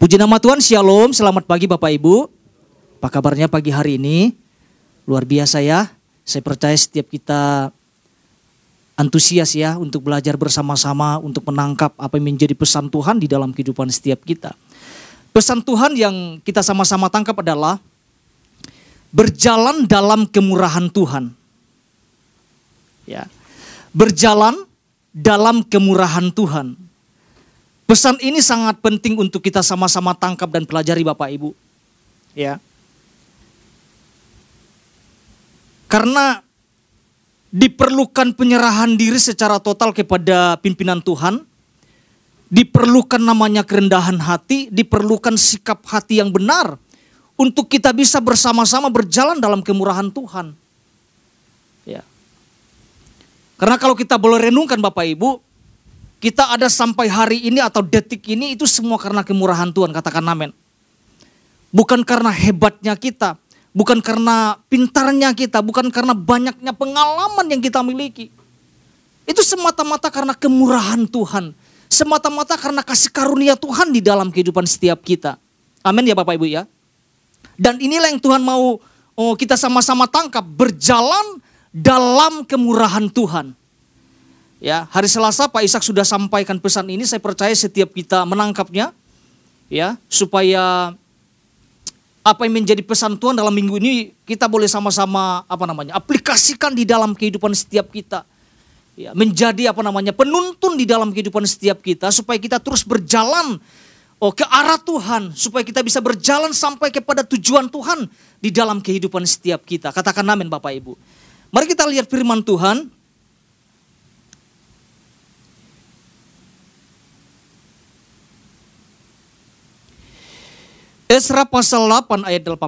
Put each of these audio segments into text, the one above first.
Puji nama Tuhan, Shalom, selamat pagi Bapak Ibu. Apa kabarnya pagi hari ini? Luar biasa ya. Saya percaya setiap kita antusias ya untuk belajar bersama-sama untuk menangkap apa yang menjadi pesan Tuhan di dalam kehidupan setiap kita. Pesan Tuhan yang kita sama-sama tangkap adalah berjalan dalam kemurahan Tuhan. Ya. Berjalan dalam kemurahan Tuhan. Pesan ini sangat penting untuk kita sama-sama tangkap dan pelajari Bapak Ibu. Ya. Karena diperlukan penyerahan diri secara total kepada pimpinan Tuhan. Diperlukan namanya kerendahan hati, diperlukan sikap hati yang benar untuk kita bisa bersama-sama berjalan dalam kemurahan Tuhan. Ya. Karena kalau kita boleh renungkan Bapak Ibu, kita ada sampai hari ini atau detik ini itu semua karena kemurahan Tuhan, katakan amin. Bukan karena hebatnya kita, bukan karena pintarnya kita, bukan karena banyaknya pengalaman yang kita miliki. Itu semata-mata karena kemurahan Tuhan, semata-mata karena kasih karunia Tuhan di dalam kehidupan setiap kita. Amin ya Bapak Ibu ya. Dan inilah yang Tuhan mau kita sama-sama tangkap, berjalan dalam kemurahan Tuhan. Ya, hari Selasa Pak Ishak sudah sampaikan pesan ini, saya percaya setiap kita menangkapnya ya, supaya apa yang menjadi pesan Tuhan dalam minggu ini kita boleh sama-sama aplikasikan di dalam kehidupan setiap kita. Ya, menjadi penuntun di dalam kehidupan setiap kita supaya kita terus berjalan ke arah Tuhan, supaya kita bisa berjalan sampai kepada tujuan Tuhan di dalam kehidupan setiap kita. Katakan amin Bapak Ibu. Mari kita lihat firman Tuhan. Esra pasal 8 ayat 18.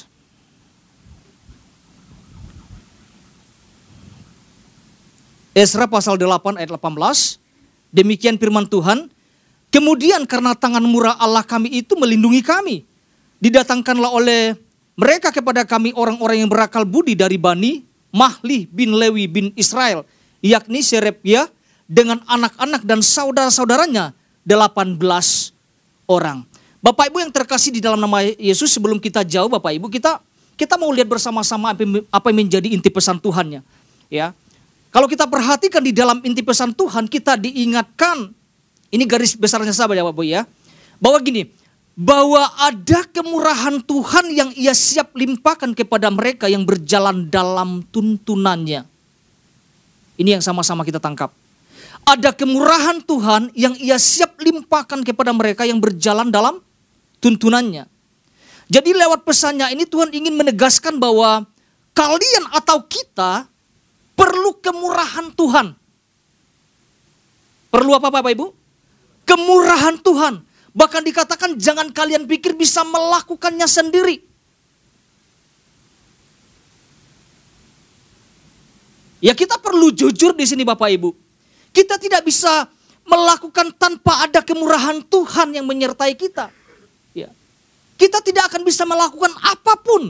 Esra pasal 8 ayat 18. Demikian firman Tuhan. Kemudian karena tangan murah Allah kami itu melindungi kami. Didatangkanlah oleh mereka kepada kami orang-orang yang berakal budi dari Bani Mahli bin Lewi bin Israel. Yakni Serepia dengan anak-anak dan saudara-saudaranya 18 orang. Bapak Ibu yang terkasih di dalam nama Yesus, sebelum kita jauh Bapak Ibu, kita mau lihat bersama-sama apa yang menjadi inti pesan Tuhannya. Ya. Kalau kita perhatikan di dalam inti pesan Tuhan, kita diingatkan, ini garis besarnya sahabat ya Bapak Ibu ya, bahwa gini, bahwa ada kemurahan Tuhan yang ia siap limpahkan kepada mereka yang berjalan dalam tuntunannya. Ini yang sama-sama kita tangkap. Ada kemurahan Tuhan yang ia siap limpahkan kepada mereka yang berjalan dalam tuntunannya. Jadi lewat pesannya ini Tuhan ingin menegaskan bahwa kalian atau kita perlu kemurahan Tuhan. Perlu apa Bapak Ibu? Kemurahan Tuhan. Bahkan dikatakan jangan kalian pikir bisa melakukannya sendiri. Ya kita perlu jujur di sini Bapak Ibu. Kita tidak bisa melakukan tanpa ada kemurahan Tuhan yang menyertai kita. Ya. Kita tidak akan bisa melakukan apapun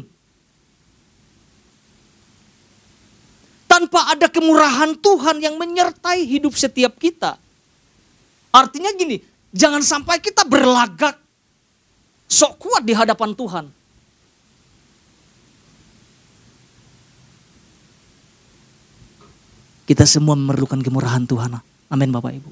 tanpa ada kemurahan Tuhan yang menyertai hidup setiap kita. Artinya gini, jangan sampai kita berlagak sok kuat di hadapan Tuhan. Kita semua memerlukan kemurahan Tuhan. Amin Bapak Ibu.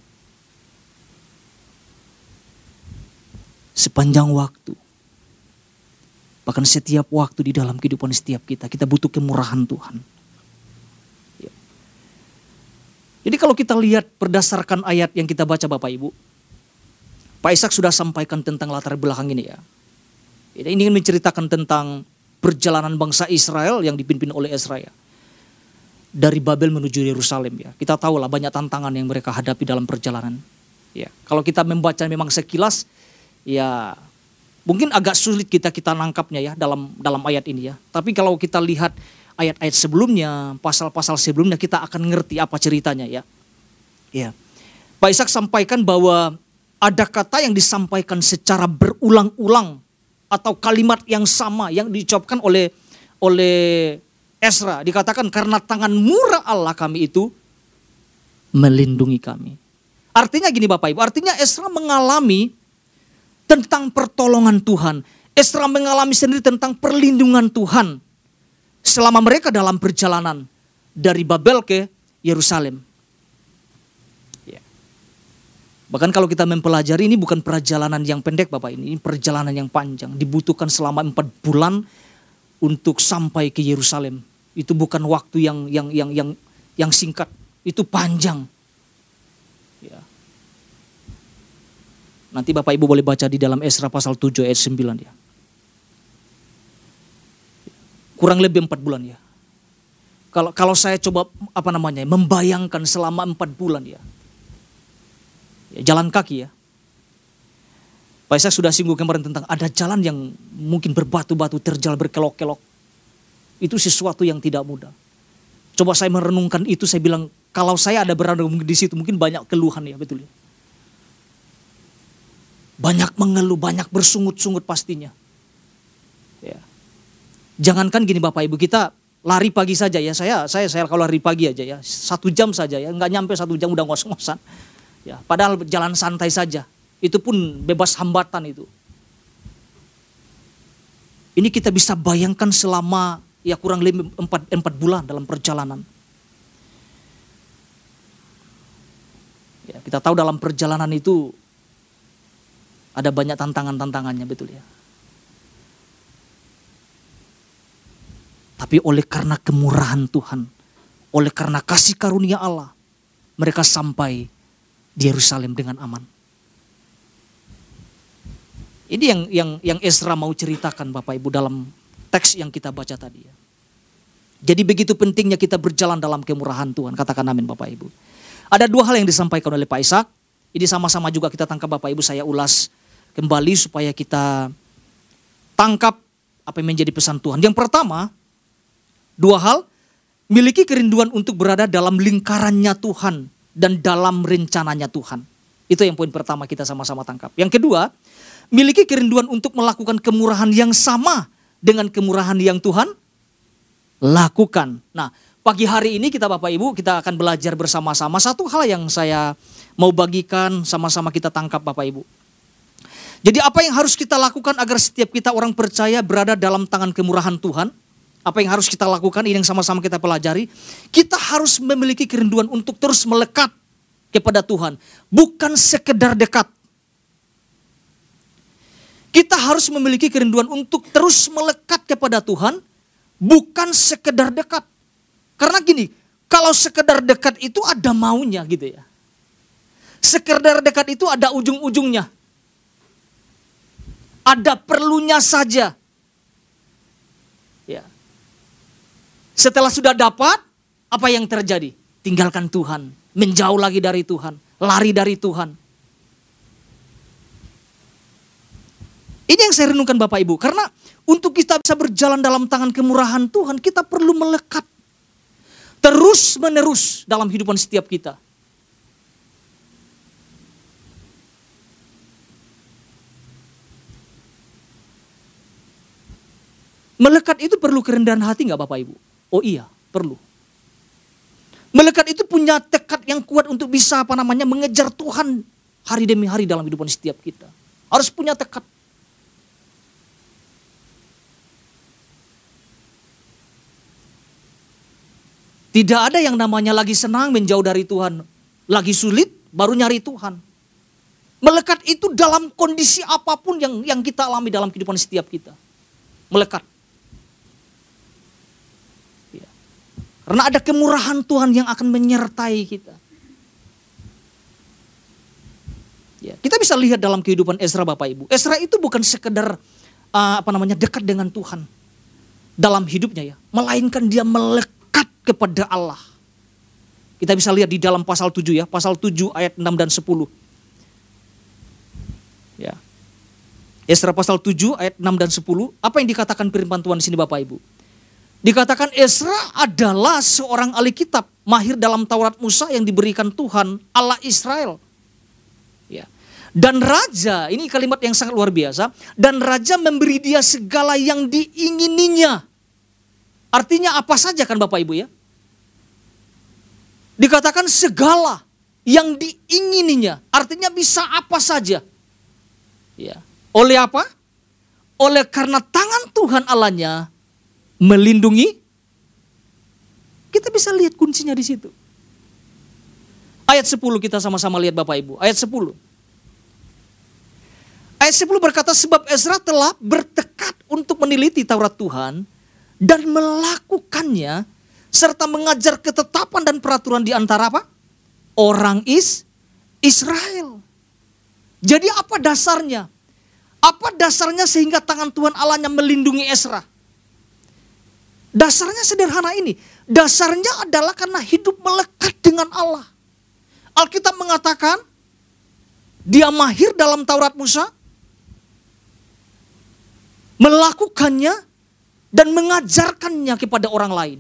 Sepanjang waktu, bahkan setiap waktu di dalam kehidupan setiap kita butuh kemurahan Tuhan. Ya. Jadi kalau kita lihat berdasarkan ayat yang kita baca Bapak Ibu, Pak Ishak sudah sampaikan tentang latar belakang ini ya. Ini ingin menceritakan tentang perjalanan bangsa Israel yang dipimpin oleh Esra ya. Dari Babel menuju Yerusalem ya. Kita tahu lah banyak tantangan yang mereka hadapi dalam perjalanan. Ya, kalau kita membaca memang sekilas ya mungkin agak sulit kita nangkapnya ya dalam ayat ini ya. Tapi kalau kita lihat ayat-ayat sebelumnya, pasal-pasal sebelumnya kita akan ngerti apa ceritanya ya. Ya. Pak Ishak sampaikan bahwa ada kata yang disampaikan secara berulang-ulang atau kalimat yang sama yang diucapkan oleh Esra, dikatakan karena tangan murah Allah kami itu melindungi kami. Artinya gini Bapak Ibu, artinya Esra mengalami tentang pertolongan Tuhan. Ezra mengalami sendiri tentang perlindungan Tuhan selama mereka dalam perjalanan dari Babel ke Yerusalem. Ya. Bahkan kalau kita mempelajari, ini bukan perjalanan yang pendek Bapak, ini perjalanan yang panjang. Dibutuhkan selama 4 bulan untuk sampai ke Yerusalem. Itu bukan waktu yang singkat, itu panjang. Ya. Nanti Bapak Ibu boleh baca di dalam Ezra pasal 7 ayat 9 ya. Kurang lebih 4 bulan ya. Kalau saya coba membayangkan selama 4 bulan ya. Jalan kaki ya. Pak Ishak sudah singgung kemarin tentang ada jalan yang mungkin berbatu-batu terjal berkelok-kelok. Itu sesuatu yang tidak mudah. Coba saya merenungkan itu, saya bilang kalau saya ada berada di situ mungkin banyak keluhan ya, betul ya. Banyak mengeluh, banyak bersungut-sungut pastinya. Ya. Jangankan gini Bapak Ibu, kita lari pagi saja ya. Saya kalau lari pagi aja ya, 1 jam saja ya, nggak nyampe 1 jam udah ngos-ngosan. Ya, padahal jalan santai saja, itu pun bebas hambatan itu. Ini kita bisa bayangkan selama ya kurang lebih 4 bulan dalam perjalanan. Ya, kita tahu dalam perjalanan itu ada banyak tantangannya, betul ya. Tapi oleh karena kemurahan Tuhan, oleh karena kasih karunia Allah, mereka sampai di Yerusalem dengan aman. Ini yang Ezra mau ceritakan Bapak Ibu dalam teks yang kita baca tadi ya. Jadi begitu pentingnya kita berjalan dalam kemurahan Tuhan. Katakan amin Bapak Ibu. Ada 2 hal yang disampaikan oleh Pak Ishak. Ini sama-sama juga kita tangkap Bapak Ibu, saya ulas kembali supaya kita tangkap apa yang menjadi pesan Tuhan. Yang pertama, 2 hal, miliki kerinduan untuk berada dalam lingkarannya Tuhan dan dalam rencananya Tuhan. Itu yang poin pertama kita sama-sama tangkap. Yang kedua, miliki kerinduan untuk melakukan kemurahan yang sama dengan kemurahan yang Tuhan lakukan. Nah, pagi hari ini kita Bapak Ibu, kita akan belajar bersama-sama satu hal yang saya mau bagikan, sama-sama kita tangkap Bapak Ibu. Jadi apa yang harus kita lakukan agar setiap kita orang percaya berada dalam tangan kemurahan Tuhan? Apa yang harus kita lakukan, ini yang sama-sama kita pelajari. Kita harus memiliki kerinduan untuk terus melekat kepada Tuhan. Bukan sekedar dekat. Kita harus memiliki kerinduan untuk terus melekat kepada Tuhan. Bukan sekedar dekat. Karena gini, kalau sekedar dekat itu ada maunya gitu ya. Sekedar dekat itu ada ujung-ujungnya. Ada perlunya saja. Ya. Setelah sudah dapat, apa yang terjadi? Tinggalkan Tuhan, menjauh lagi dari Tuhan, lari dari Tuhan. Ini yang saya renungkan Bapak Ibu, karena untuk kita bisa berjalan dalam tangan kemurahan Tuhan, kita perlu melekat terus menerus dalam kehidupan setiap kita. Melekat itu perlu kerendahan hati nggak Bapak Ibu? Oh iya, perlu. Melekat itu punya tekad yang kuat untuk bisa mengejar Tuhan hari demi hari dalam kehidupan setiap kita. Harus punya tekad. Tidak ada yang namanya lagi senang menjauh dari Tuhan. Lagi sulit baru nyari Tuhan. Melekat itu dalam kondisi apapun yang kita alami dalam kehidupan setiap kita. Melekat. Ya. Karena ada kemurahan Tuhan yang akan menyertai kita. Ya, kita bisa lihat dalam kehidupan Ezra Bapak Ibu. Ezra itu bukan sekedar dekat dengan Tuhan dalam hidupnya ya, melainkan dia melekat kepada Allah. Kita bisa lihat di dalam pasal 7 ya, pasal 7 ayat 6 dan 10. Ya. Ezra pasal 7 ayat 6 dan 10, apa yang dikatakan firman Tuhan di sini Bapak Ibu? Dikatakan Ezra adalah seorang ahli kitab, mahir dalam Taurat Musa yang diberikan Tuhan Allah Israel. Ya. Dan raja, ini kalimat yang sangat luar biasa, dan raja memberi dia segala yang diingininya. Artinya apa saja kan Bapak Ibu ya? Dikatakan segala yang diingininya, artinya bisa apa saja. Ya. Oleh apa? Oleh karena tangan Tuhan Allahnya melindungi. Kita bisa lihat kuncinya di situ. Ayat 10 kita sama-sama lihat Bapak Ibu. Ayat 10. Ayat 10 berkata, sebab Ezra telah bertekad untuk meneliti Taurat Tuhan dan melakukannya serta mengajar ketetapan dan peraturan di antara apa? Orang Israel. Jadi apa dasarnya? Apa dasarnya sehingga tangan Tuhan Allahnya melindungi Ezra? Dasarnya sederhana ini. Dasarnya adalah karena hidup melekat dengan Allah. Alkitab mengatakan, dia mahir dalam Taurat Musa, melakukannya dan mengajarkannya kepada orang lain.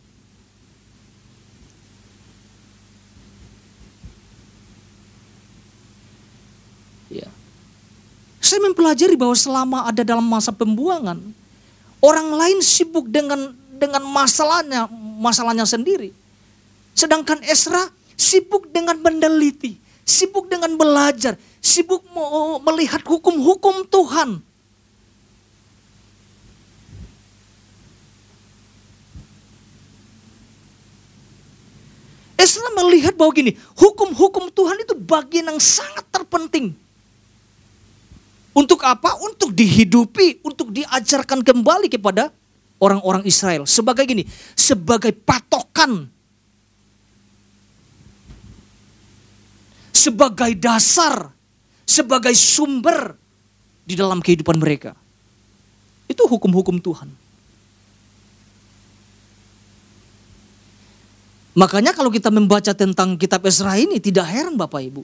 Ya. Saya mempelajari bahwa selama ada dalam masa pembuangan, orang lain sibuk dengan masalahnya sendiri. Sedangkan Ezra sibuk dengan meneliti, sibuk dengan belajar, sibuk melihat hukum-hukum Tuhan. Ezra melihat bahwa gini, hukum-hukum Tuhan itu bagian yang sangat terpenting. Untuk apa? Untuk dihidupi, untuk diajarkan kembali kepada orang-orang Israel. Sebagai gini, sebagai patokan. Sebagai dasar, sebagai sumber di dalam kehidupan mereka. Itu hukum-hukum Tuhan. Makanya kalau kita membaca tentang kitab Ezra ini tidak heran Bapak Ibu.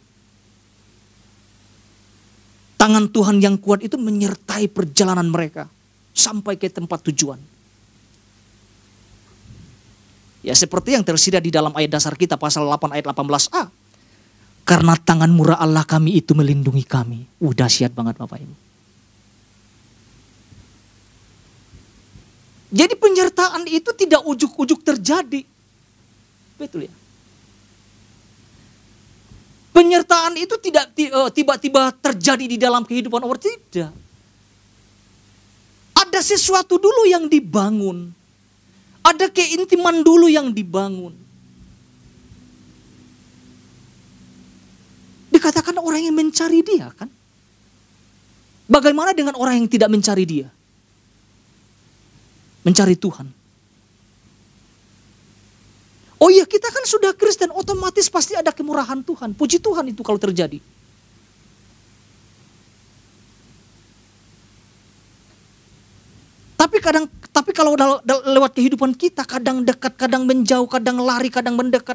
Tangan Tuhan yang kuat itu menyertai perjalanan mereka sampai ke tempat tujuan. Ya seperti yang tersedia di dalam ayat dasar kita pasal 8 ayat 18a. Karena tangan murah Allah kami itu melindungi kami. Dahsyat banget Bapak Ibu. Jadi penyertaan itu tidak ujuk-ujuk terjadi. Betul ya. Penyertaan itu tidak tiba-tiba terjadi di dalam kehidupan orang, tidak. Ada sesuatu dulu yang dibangun. Ada keintiman dulu yang dibangun. Dikatakan orang yang mencari dia kan. Bagaimana dengan orang yang tidak mencari dia? Mencari Tuhan. Oh iya, kita kan sudah Kristen, otomatis pasti ada kemurahan Tuhan. Puji Tuhan itu kalau terjadi. Tapi kalau lewat kehidupan kita, kadang dekat, kadang menjauh, kadang lari, kadang mendekat.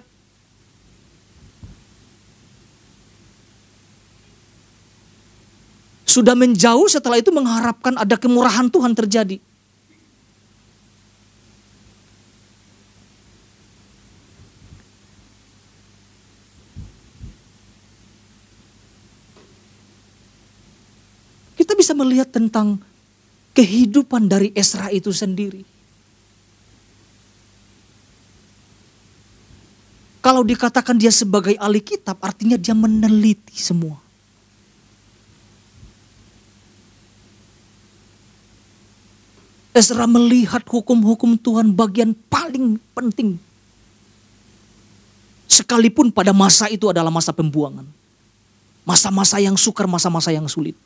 Sudah menjauh, setelah itu mengharapkan ada kemurahan Tuhan terjadi. Kita bisa melihat tentang kehidupan dari Ezra itu sendiri. Kalau dikatakan dia sebagai ahli kitab, artinya dia meneliti semua. Ezra melihat hukum-hukum Tuhan bagian paling penting. Sekalipun pada masa itu adalah masa pembuangan. Masa-masa yang sukar, masa-masa yang sulit.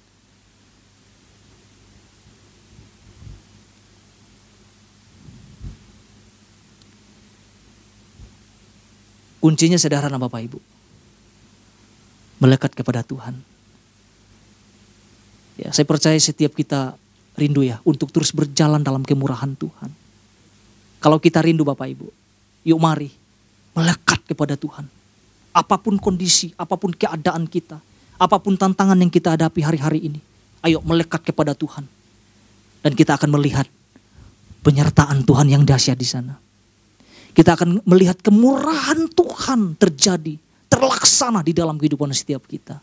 Kuncinya sederhana Bapak Ibu. Melekat kepada Tuhan. Ya, saya percaya setiap kita rindu ya untuk terus berjalan dalam kemurahan Tuhan. Kalau kita rindu Bapak Ibu, yuk mari melekat kepada Tuhan. Apapun kondisi, apapun keadaan kita, apapun tantangan yang kita hadapi hari-hari ini, ayo melekat kepada Tuhan. Dan kita akan melihat penyertaan Tuhan yang dahsyat di sana. Kita akan melihat kemurahan Tuhan terjadi, terlaksana di dalam kehidupan setiap kita.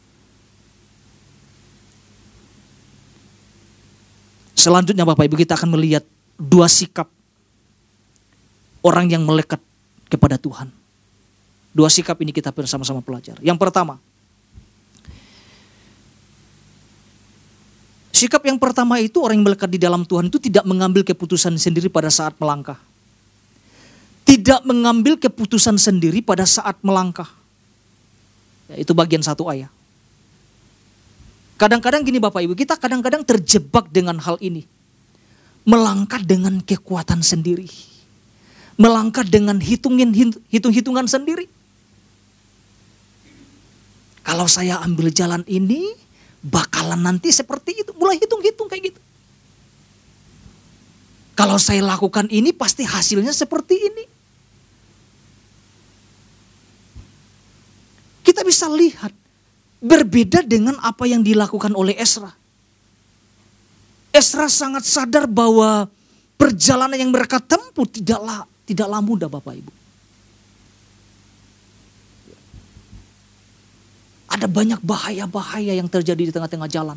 Selanjutnya Bapak Ibu, kita akan melihat dua sikap orang yang melekat kepada Tuhan. Dua sikap ini kita bersama-sama pelajari. Yang pertama, Sikap yang pertama itu, orang yang melekat di dalam Tuhan itu tidak mengambil keputusan sendiri pada saat melangkah. Tidak mengambil keputusan sendiri pada saat melangkah. Ya, itu bagian 1A ya. Kadang-kadang gini Bapak Ibu, kita kadang-kadang terjebak dengan hal ini. Melangkah dengan kekuatan sendiri. Melangkah dengan hitung-hitungan sendiri. Kalau saya ambil jalan ini, bakalan nanti seperti itu. Mulai hitung-hitung kayak gitu. Kalau saya lakukan ini, pasti hasilnya seperti ini. Kita bisa lihat, berbeda dengan apa yang dilakukan oleh Ezra. Ezra sangat sadar bahwa perjalanan yang mereka tempuh tidaklah mudah Bapak Ibu. Ada banyak bahaya-bahaya yang terjadi di tengah-tengah jalan.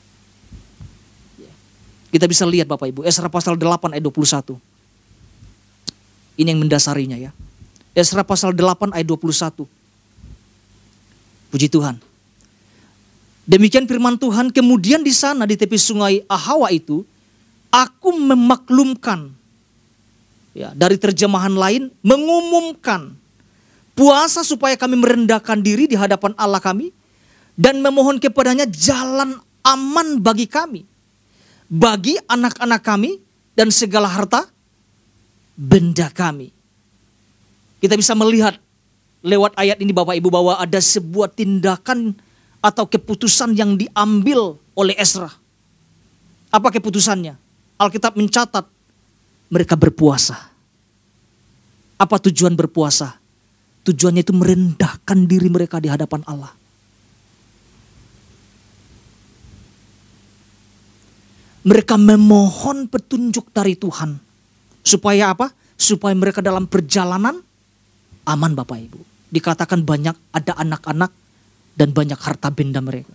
Kita bisa lihat Bapak Ibu, Ezra pasal 8 ayat 21. Ini yang mendasarinya ya. Ezra pasal 8 ayat 21. Puji Tuhan. Demikian firman Tuhan, kemudian di sana di tepi sungai Ahawa itu, aku memaklumkan, ya, dari terjemahan lain, mengumumkan puasa supaya kami merendahkan diri di hadapan Allah kami dan memohon kepadanya jalan aman bagi kami, bagi anak-anak kami dan segala harta benda kami. Kita bisa melihat lewat ayat ini Bapak Ibu bahwa ada sebuah tindakan atau keputusan yang diambil oleh Ezra. Apa keputusannya? Alkitab mencatat mereka berpuasa. Apa tujuan berpuasa? Tujuannya itu merendahkan diri mereka di hadapan Allah. Mereka memohon petunjuk dari Tuhan. Supaya apa? Supaya mereka dalam perjalanan aman Bapak Ibu. Dikatakan banyak ada anak-anak dan banyak harta benda mereka.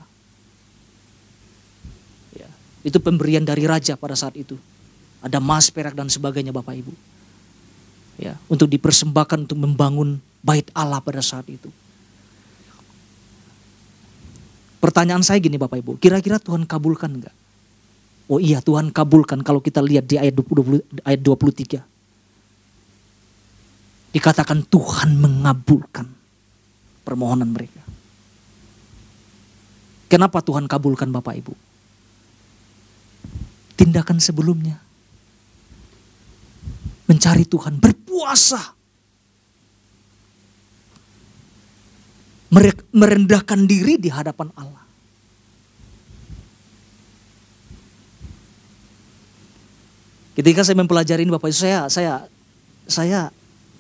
Ya, itu pemberian dari raja pada saat itu. Ada emas, perak dan sebagainya Bapak Ibu. Ya, untuk dipersembahkan untuk membangun bait Allah pada saat itu. Pertanyaan saya gini Bapak Ibu, kira-kira Tuhan kabulkan enggak? Oh iya, Tuhan kabulkan kalau kita lihat di ayat 23. Dikatakan Tuhan mengabulkan permohonan mereka. Kenapa Tuhan kabulkan Bapak Ibu? Tindakan sebelumnya. Mencari Tuhan, berpuasa. Merendahkan diri di hadapan Allah. Ketika saya mempelajari ini Bapak Ibu, saya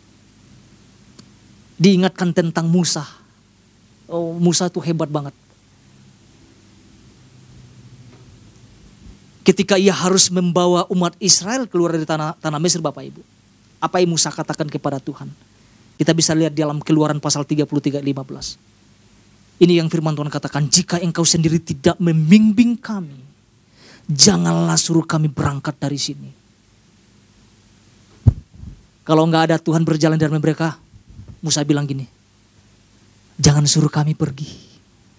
diingatkan tentang Musa. Oh, Musa itu hebat banget. Ketika ia harus membawa umat Israel keluar dari tanah Mesir Bapak Ibu. Apa yang Musa katakan kepada Tuhan? Kita bisa lihat dalam Keluaran pasal 33 ayat 15. Ini yang firman Tuhan katakan, jika engkau sendiri tidak membimbing kami, janganlah suruh kami berangkat dari sini. Kalau enggak ada Tuhan berjalan dari mereka, Musa bilang gini, jangan suruh kami pergi.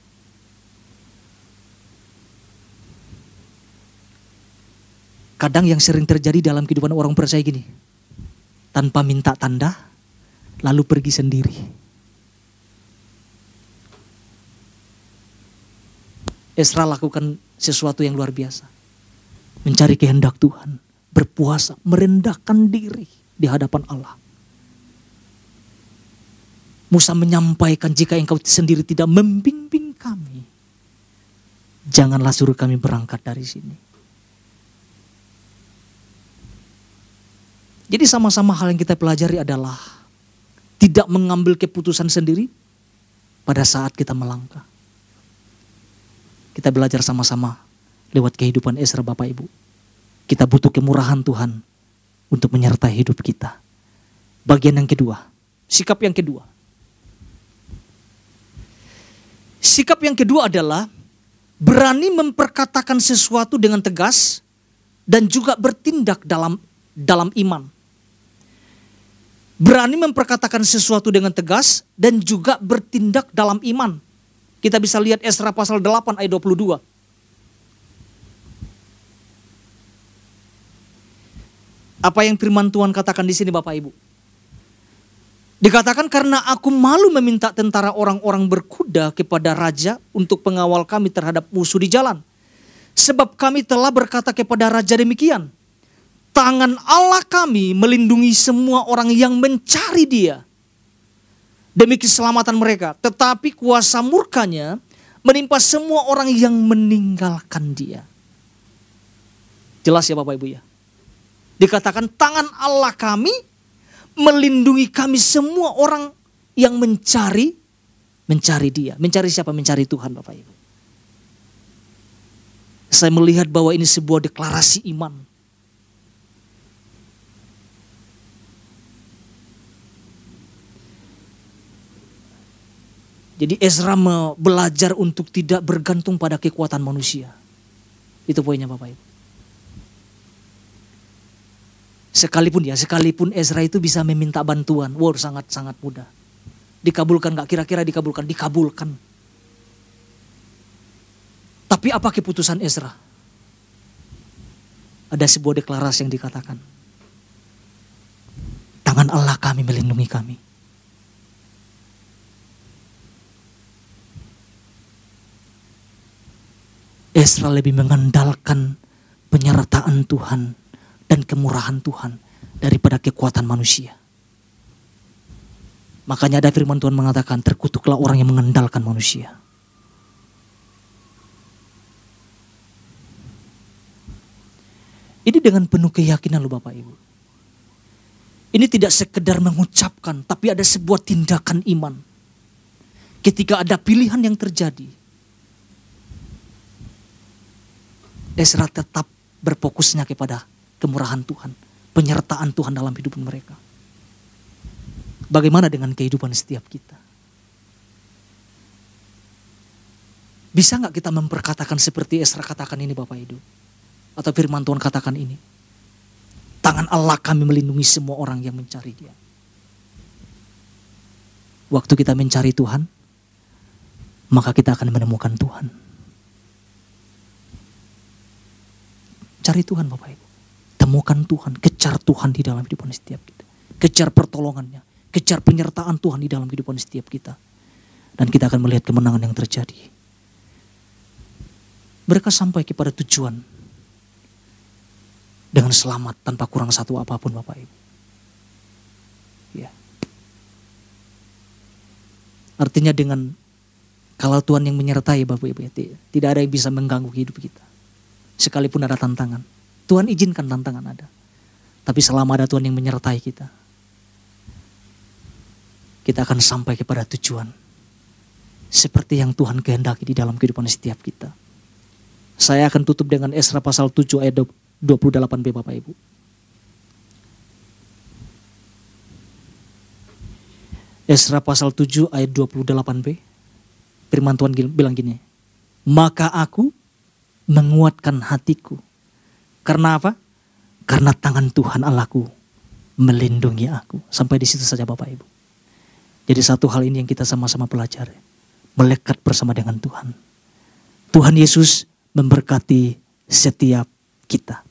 Kadang yang sering terjadi dalam kehidupan orang percaya gini, tanpa minta tanda, lalu pergi sendiri. Ezra lakukan sesuatu yang luar biasa. Mencari kehendak Tuhan, berpuasa, merendahkan diri di hadapan Allah. Musa menyampaikan, jika engkau sendiri tidak membimbing kami, janganlah suruh kami berangkat dari sini. Jadi sama-sama hal yang kita pelajari adalah tidak mengambil keputusan sendiri pada saat kita melangkah. Kita belajar sama-sama lewat kehidupan Ezra Bapak Ibu. Kita butuh kemurahan Tuhan untuk menyertai hidup kita. Bagian yang kedua, sikap yang kedua. Sikap yang kedua adalah berani memperkatakan sesuatu dengan tegas dan juga bertindak dalam iman. Berani memperkatakan sesuatu dengan tegas dan juga bertindak dalam iman. Kita bisa lihat Ezra pasal 8 ayat 22. Apa yang firman Tuhan katakan di sini Bapak Ibu? Dikatakan karena aku malu meminta tentara orang-orang berkuda kepada raja untuk pengawal kami terhadap musuh di jalan. Sebab kami telah berkata kepada raja demikian. Tangan Allah kami melindungi semua orang yang mencari Dia demi keselamatan mereka. Tetapi kuasa murkanya menimpa semua orang yang meninggalkan Dia. Jelas ya Bapak Ibu ya. Dikatakan tangan Allah kami melindungi kami semua orang yang mencari Dia. Mencari siapa? Mencari Tuhan Bapak Ibu. Saya melihat bahwa ini sebuah deklarasi iman. Jadi Ezra belajar untuk tidak bergantung pada kekuatan manusia. Itu poinnya Bapak Ibu. Sekalipun Ezra itu bisa meminta bantuan. Wow, sangat-sangat mudah. Dikabulkan gak? Kira-kira dikabulkan? Dikabulkan. Tapi apa keputusan Ezra? Ada sebuah deklarasi yang dikatakan. Tangan Allah kami melindungi kami. Ezra lebih mengandalkan penyertaan Tuhan dan kemurahan Tuhan daripada kekuatan manusia. Makanya ada firman Tuhan mengatakan, terkutuklah orang yang mengandalkan manusia. Ini dengan penuh keyakinan loh Bapak Ibu. Ini tidak sekedar mengucapkan, tapi ada sebuah tindakan iman. Ketika ada pilihan yang terjadi, Ezra tetap berfokusnya kepada kemurahan Tuhan, penyertaan Tuhan dalam hidup mereka. Bagaimana dengan kehidupan setiap kita? Bisa gak kita memperkatakan seperti Ezra katakan ini Bapak Ibu? Atau firman Tuhan katakan ini? Tangan Allah kami melindungi semua orang yang mencari Dia. Waktu kita mencari Tuhan, maka kita akan menemukan Tuhan. Cari Tuhan Bapak Ibu. Temukan Tuhan, kejar Tuhan di dalam kehidupan setiap kita. Kejar pertolongannya, kejar penyertaan Tuhan di dalam kehidupan setiap kita. Dan kita akan melihat kemenangan yang terjadi. Mereka sampai kepada tujuan dengan selamat tanpa kurang satu apapun Bapak Ibu. Ya. Artinya dengan kalau Tuhan yang menyertai Bapak Ibu, tidak ada yang bisa mengganggu hidup kita. Sekalipun ada tantangan. Tuhan izinkan tantangan ada. Tapi selama ada Tuhan yang menyertai kita, kita akan sampai kepada tujuan. Seperti yang Tuhan kehendaki di dalam kehidupan setiap kita. Saya akan tutup dengan Ezra pasal 7 ayat 28b Bapak Ibu. Ezra pasal 7 ayat 28b. Firman Tuhan bilang gini. Maka aku menguatkan hatiku. Karena apa? Karena tangan Tuhan Allahku melindungi aku. Sampai di situ saja Bapak Ibu. Jadi satu hal ini yang kita sama-sama pelajari. Melekat bersama dengan Tuhan. Tuhan Yesus memberkati setiap kita.